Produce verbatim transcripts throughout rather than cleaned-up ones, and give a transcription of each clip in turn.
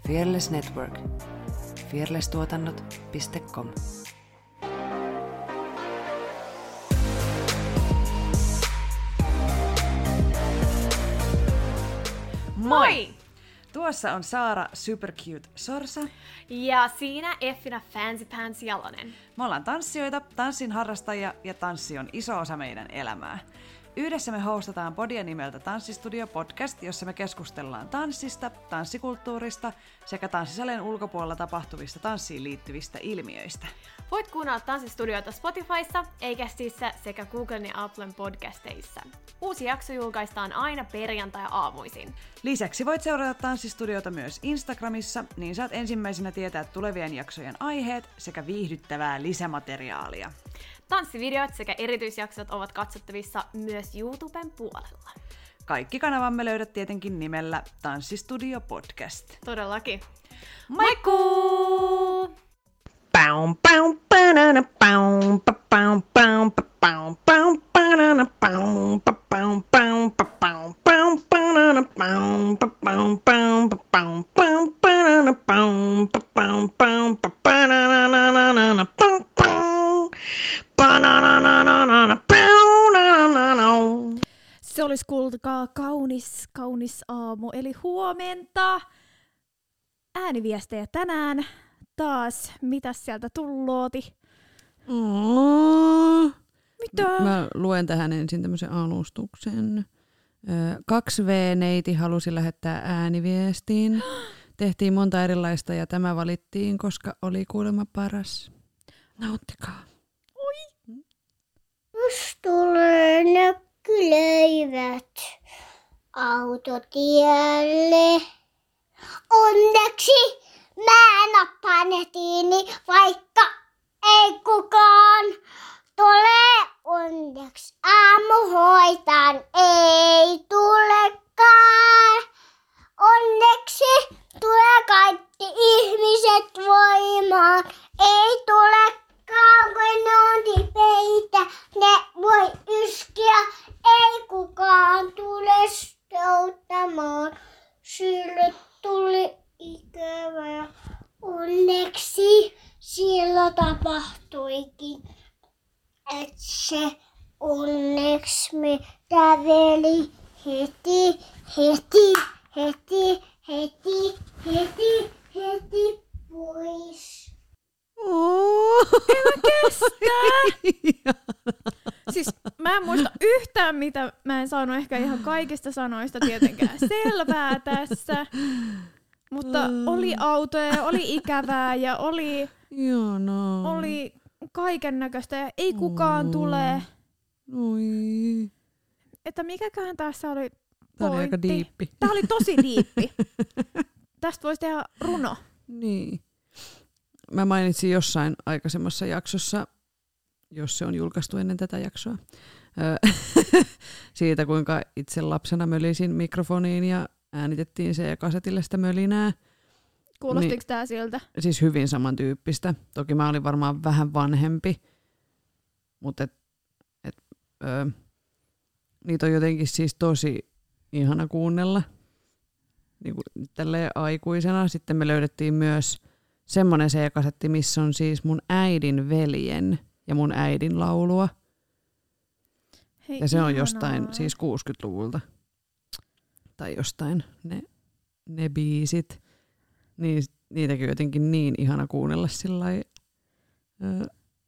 Fearless Network. fearless tuotannot piste com. Moi! Tuossa on Saara Supercute Sorsa. Ja siinä Effina Fancy Pants Jalonen. Me ollaan tanssijoita, tanssin harrastajia ja tanssi on iso osa meidän elämää. Yhdessä me hostataan podia nimeltä Tanssistudio Podcast, jossa me keskustellaan tanssista, tanssikulttuurista sekä tanssisalien ulkopuolella tapahtuvista tanssiin liittyvistä ilmiöistä. Voit kuunnella Tanssistudioita Spotifyssa, Acastissa sekä Googlen ja Applen podcasteissa. Uusi jakso julkaistaan aina perjantai-aamuisin. Lisäksi voit seurata Tanssistudiota myös Instagramissa, niin saat ensimmäisenä tietää tulevien jaksojen aiheet sekä viihdyttävää lisämateriaalia. Tanssivideot sekä erityisjaksot ovat katsottavissa myös YouTuben puolella. Kaikki kanavamme löydät tietenkin nimellä Tanssistudio Podcast. Todellakin. Moikkuu! Pow pow banana pow pow pow pow pow banana pow pow pow pow pow banana pow pow pow pow pow banana pow pow pow banana pow pow banana pow no. Se olisi kuulkaa kaunis, kaunis aamu, eli huomenta. Ääniviestejä tänään. Taas, mitäs sieltä tullooti? Oh. Mitä? Mä luen tähän ensin tämmöisen alustuksen. kaksi V-neiti halusi lähettää ääniviestiin. Tehtiin monta erilaista ja tämä valittiin, koska oli kuulemma paras. Nauttikaa. Oi! Jos tulee näkylöivät autotielle. Onneksi mä nappaan kiinni, vaikka ei kukaan tule. Onneksi aamuhoitaan ei tulekaan. Onneksi tulee kaikki ihmiset voimaan. Ei tulekaan, kun ne on tipeitä. Ne voi yskiä, ei kukaan tule stouttamaan. Sille tuli ikävä ja onneksi silloin tapahtuikin, että se onneksi me käveli heti, heti, heti, heti, heti, heti pois. Oh. En mä kestä! Siis mä en muista yhtään, mitä mä en saanut ehkä ihan kaikista sanoista tietenkään selvää tässä. Mutta oli autoja, oli ikävää ja oli, Ihanaa. oli kaiken näköistä ja ei kukaan mm. tule. Oi. Että mikäköhän tässä oli Tää oli aika pointti? diippi. Tää oli tosi diippi. Tästä voisi tehdä runo. Niin. Mä mainitsin jossain aikaisemmassa jaksossa, jos se on julkaistu ennen tätä jaksoa, siitä kuinka itse lapsena mölisin mikrofoniin ja äänitettiin se ja kasetille sitä mölinää. Kuulostiko niin, tää siltä? Siis hyvin samantyyppistä. Toki mä olin varmaan vähän vanhempi, mutta et, et, ö, niitä on jotenkin siis tosi ihana kuunnella niin kuin tälleen aikuisena. Sitten me löydettiin myös semmoinen C-kasetti, missä on siis mun äidin veljen ja mun äidin laulua. Hei, ja se on ihanaa. jostain siis kuusikymmentäluvulta. Tai jostain ne, ne biisit. Niin, niitäkin jotenkin niin ihana kuunnella sillai öö,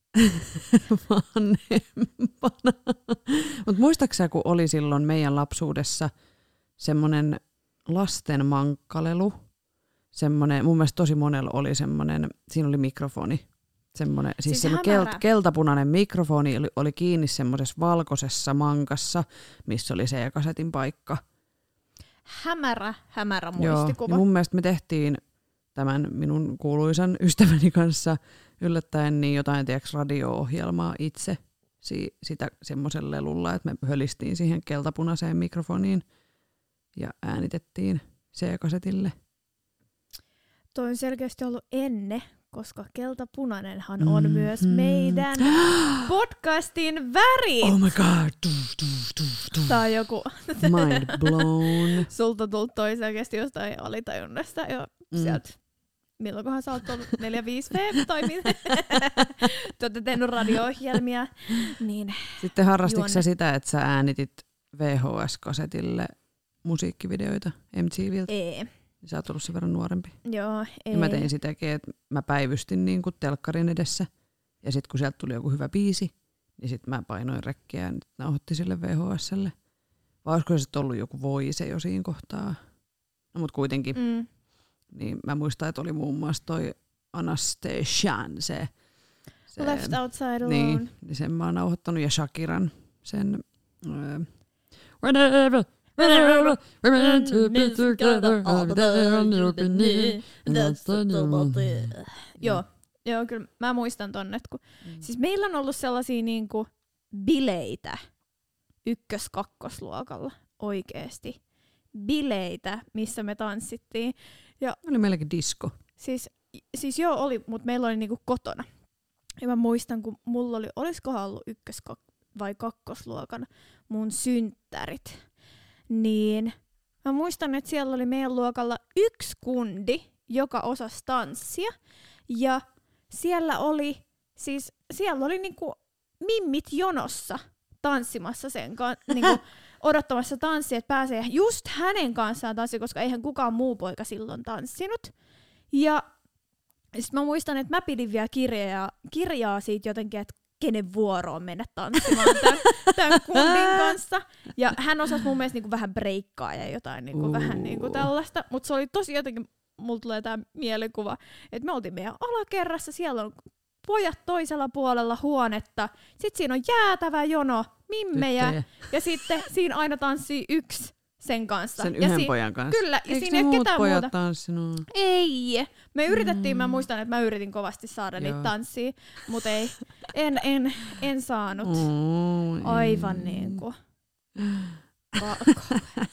vanhempana. Mut muistaaksä, kun oli silloin meidän lapsuudessa semmonen lasten mankkalelu, semmonen, mun mielestä tosi monella oli semmonen, siinä oli mikrofoni. Semmonen, siis, Siis semmonen kelt, keltapunainen mikrofoni oli, oli kiinni semmoisessa valkoisessa mankassa, missä oli se ja kasetin paikka. Hämärä, hämärä Joo, muistikuva. ja mun mielestä me tehtiin tämän minun kuuluisan ystäväni kanssa yllättäen niin jotain tiiäks, radio-ohjelmaa itse si- sitä semmoisella lelulla, että me hölistiin siihen keltapunaiseen mikrofoniin ja äänitettiin C-kasetille. Toi on selkeästi ollut ennen, koska keltapunainenhan on mm, myös mm. meidän podcastin väri. Oh my god. Tuuf, tuuf, tuuf, tuuf. Tää on joku... Mind blown. Sulta tullut toi selkeästi jostain alitajunnasta jo mm. sieltä, milloinkohan sä oot ollut neljä viisi V tai mitä? Te ootte tehnyt radio-ohjelmia. Niin. Sitten harrastitko sä sitä, että sä äänitit V H S-kasetille musiikkivideoita M T V:ltä? Ei. Sä oot ollut sen verran nuorempi. Joo, ei. Ja mä tein sitäkin, että mä päivystin niin kuin telkkarin edessä. Ja sitten kun sieltä tuli joku hyvä biisi, niin sitten mä painoin rekkiä ja nyt nauhoitti sille V H S:lle. Vai olisiko se sitten ollut joku Voice jo siinä kohtaa? No mut kuitenkin. Mm. Niin mä muistan, että oli muun muassa toi Anastasian se. se Left Outside Alone. Niin, niin sen mä oon nauhoittanut. Ja Shakiran sen öö, Whenever, whenever, we're meant to be together all the day on your beneath. Joo, joo, kyllä mä muistan tonne, kun mm. siis meillä on ollut sellaisia niinku bileitä ykkös-kakkosluokalla oikeesti. Bileitä, missä me tanssittiin. Ja oli meilläkin disco. Siis, siis joo, oli, mutta meillä oli niinku kotona. Ja mä muistan, kun mulla oli, olisikohan ollut ykkös- vai kakkosluokan mun synttärit. Niin mä muistan, että siellä oli meidän luokalla yksi kundi, joka osasi tanssia. Ja siellä oli, siis siellä oli niinku mimmit jonossa tanssimassa sen kanssa, niinku odottamassa tanssia, että pääsee just hänen kanssaan tanssia, koska eihän kukaan muu poika silloin tanssinut. Ja sitten mä muistan, että mä pidin vielä kirjaa, kirjaa siitä jotenkin, että kenen vuoro on mennä tanssimaan tämän, tämän kundin kanssa. Ja hän osasi mun mielestä niinku vähän breikkaa ja jotain niinku vähän niinku tällaista. Mutta se oli tosi jotenkin, mulla tulee tää mielikuva, että me oltiin meidän alakerrassa, siellä on pojat toisella puolella huonetta. Sitten siinä on jäätävä jono, mimmejä. Tyttöjä. Ja sitten siinä aina tanssii yksi sen kanssa. Sen ja yhden si- pojan kanssa. Kyllä. Ja eikö siinä ei muut ketään pojat muuta. tanssinut? Ei. Me yritettiin, Mm. mä muistan, että mä yritin kovasti saada Joo. niitä tanssia, mutta ei. En, en, en saanut. Oh, Aivan ei. niinku. Ka- ka-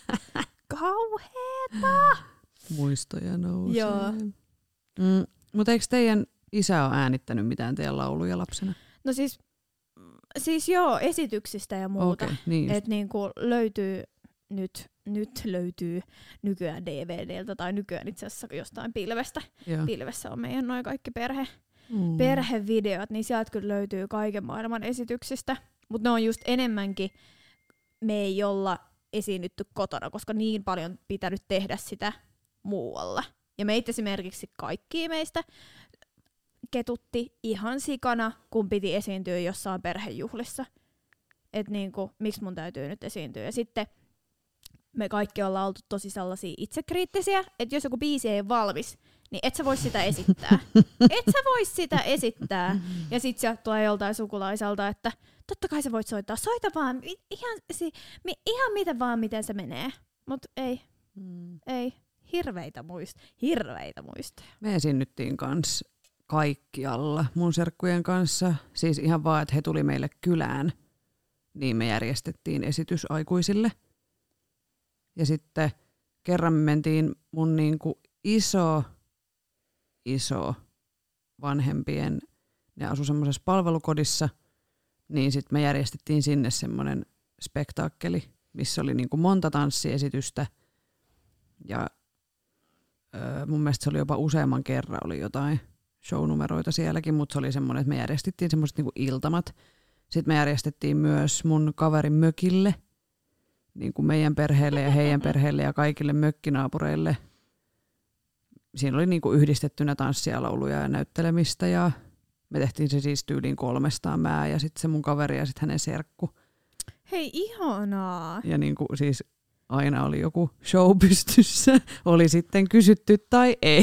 kauheeta. Muistoja nousee. Joo. Mm, mutta eikö teidän isä ole äänittänyt mitään teidän lauluja lapsena? No siis, siis joo, esityksistä ja muuta. Okei, niin just. Et niinku löytyy nyt, nyt löytyy nykyään D V D:ltä tai nykyään itse asiassa jostain pilvestä. Joo. Pilvessä on meidän noin kaikki perhe, Mm. perhevideot, niin sieltä kyllä löytyy kaiken maailman esityksistä. Mutta ne on just enemmänkin, me ei olla esiinnytty kotona, koska niin paljon pitänyt tehdä sitä muualla. Ja meitä esimerkiksi kaikki meistä ketutti ihan sikana, kun piti esiintyä jossain perhejuhlissa. Että niinku, miksi mun täytyy nyt esiintyä. Ja sitten me kaikki ollaan oltu tosi sellaisia itsekriittisiä, että jos joku biisi ei ole valmis, niin et sä vois sitä esittää. Et sä vois sitä esittää. Ja sit sieltä tulee joltain sukulaiselta, että totta kai sä voit soittaa. Soita vaan, ihan, si, mi, ihan mitä vaan, miten se menee. Mut ei, Mm. ei. Hirveitä muistoja. Hirveitä muistoja. Me esiinnyttiin kans kaikkialla mun serkkujen kanssa. Siis ihan vaan, että he tuli meille kylään, niin me järjestettiin esitys aikuisille. Ja sitten kerran me mentiin mun niinku iso, iso vanhempien, ne asu semmoisessa palvelukodissa, niin sitten me järjestettiin sinne semmoinen spektaakkeli, missä oli niinku monta tanssiesitystä. Ja öö, mun mielestä se oli jopa useamman kerran, oli jotain shownumeroita sielläkin, mutta se oli semmoinen, että me järjestettiin semmoiset niinku iltamat. Sitten me järjestettiin myös mun kaverin mökille, niin kuin meidän perheelle ja heidän perheelle ja kaikille mökkinaapureille. Siinä oli niin kuin yhdistettynä tanssia, lauluja ja näyttelemistä ja me tehtiin se siis tyyliin kolmestaan, mä ja sitten se mun kaveri ja sitten hänen serkku. Hei, ihanaa. Ja niin kuin siis aina oli joku show pystyssä, oli sitten kysytty tai ei.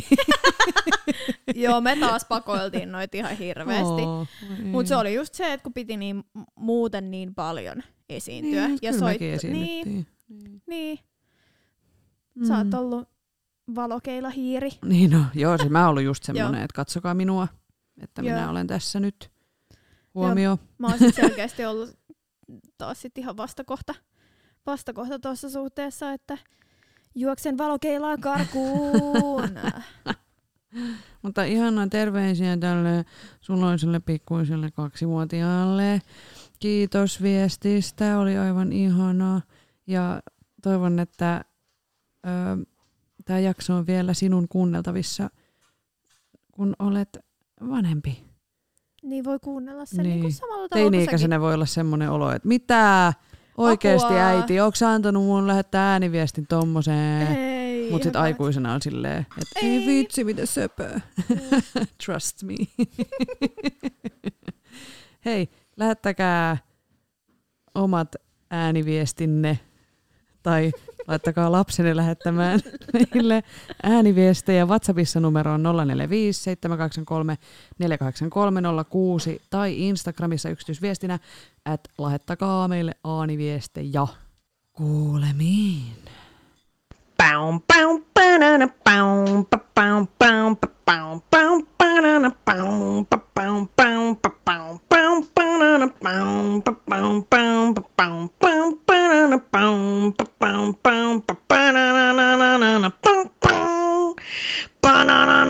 Joo, me taas pakoiltiin noita ihan hirveästi. Oh, Mutta se oli just se, että kun piti niin, muuten niin paljon esiintyä. Niin, ja kyllä soit... mekin esiinnyttiin. Niin, niin. Mm. Sä oot ollut valokeilahiiri. Niin no, joo, se mä oon ollut just semmonen, että katsokaa minua, että Joo. minä olen tässä nyt. Huomio. Mä oon sit selkeästi ollut taas sit ihan vastakohta, vastakohta tuossa suhteessa, että juoksen valokeilaa karkuun. Mutta ihanaa terveisiä tälle suloiselle pikkuiselle kaksivuotiaalle. Kiitos viestistä, oli aivan ihanaa. Ja toivon, että ö, tämä jakso on vielä sinun kuunneltavissa, kun olet vanhempi. Niin voi kuunnella sen niin. Niin. Niin samalla tavalla Teini-ikäisenä voi olla semmoinen olo, että mitä oikeasti Apua. äiti, onko sä antanut mun lähettää ääniviestin tommoseen? Ei. Mutta sitten ihan aikuisena on silleen, että ei, Ei. ei vitsi, mitä söpöä. Trust me. Hei, lähettäkää omat ääniviestinne tai laittakaa lapsenne lähettämään meille ääniviestejä. WhatsAppissa numero on nolla neljä viisi seitsemän kahdeksan kolme neljä kahdeksan kolme nolla kuusi tai Instagramissa yksityisviestinä, että lähettäkaa meille ääniviestejä. Kuulemiin. Bow, bow, banana, bow, ba, bow, bow, ba, bow, bow, banana, bow, ba, bow, bow, ba, bow, bow, banana, bow, ba, bow, bow, ba, bow, bow, banana, bow, ba, bow, bow, ba, banana, na, na, na, na, bow, bow, banana,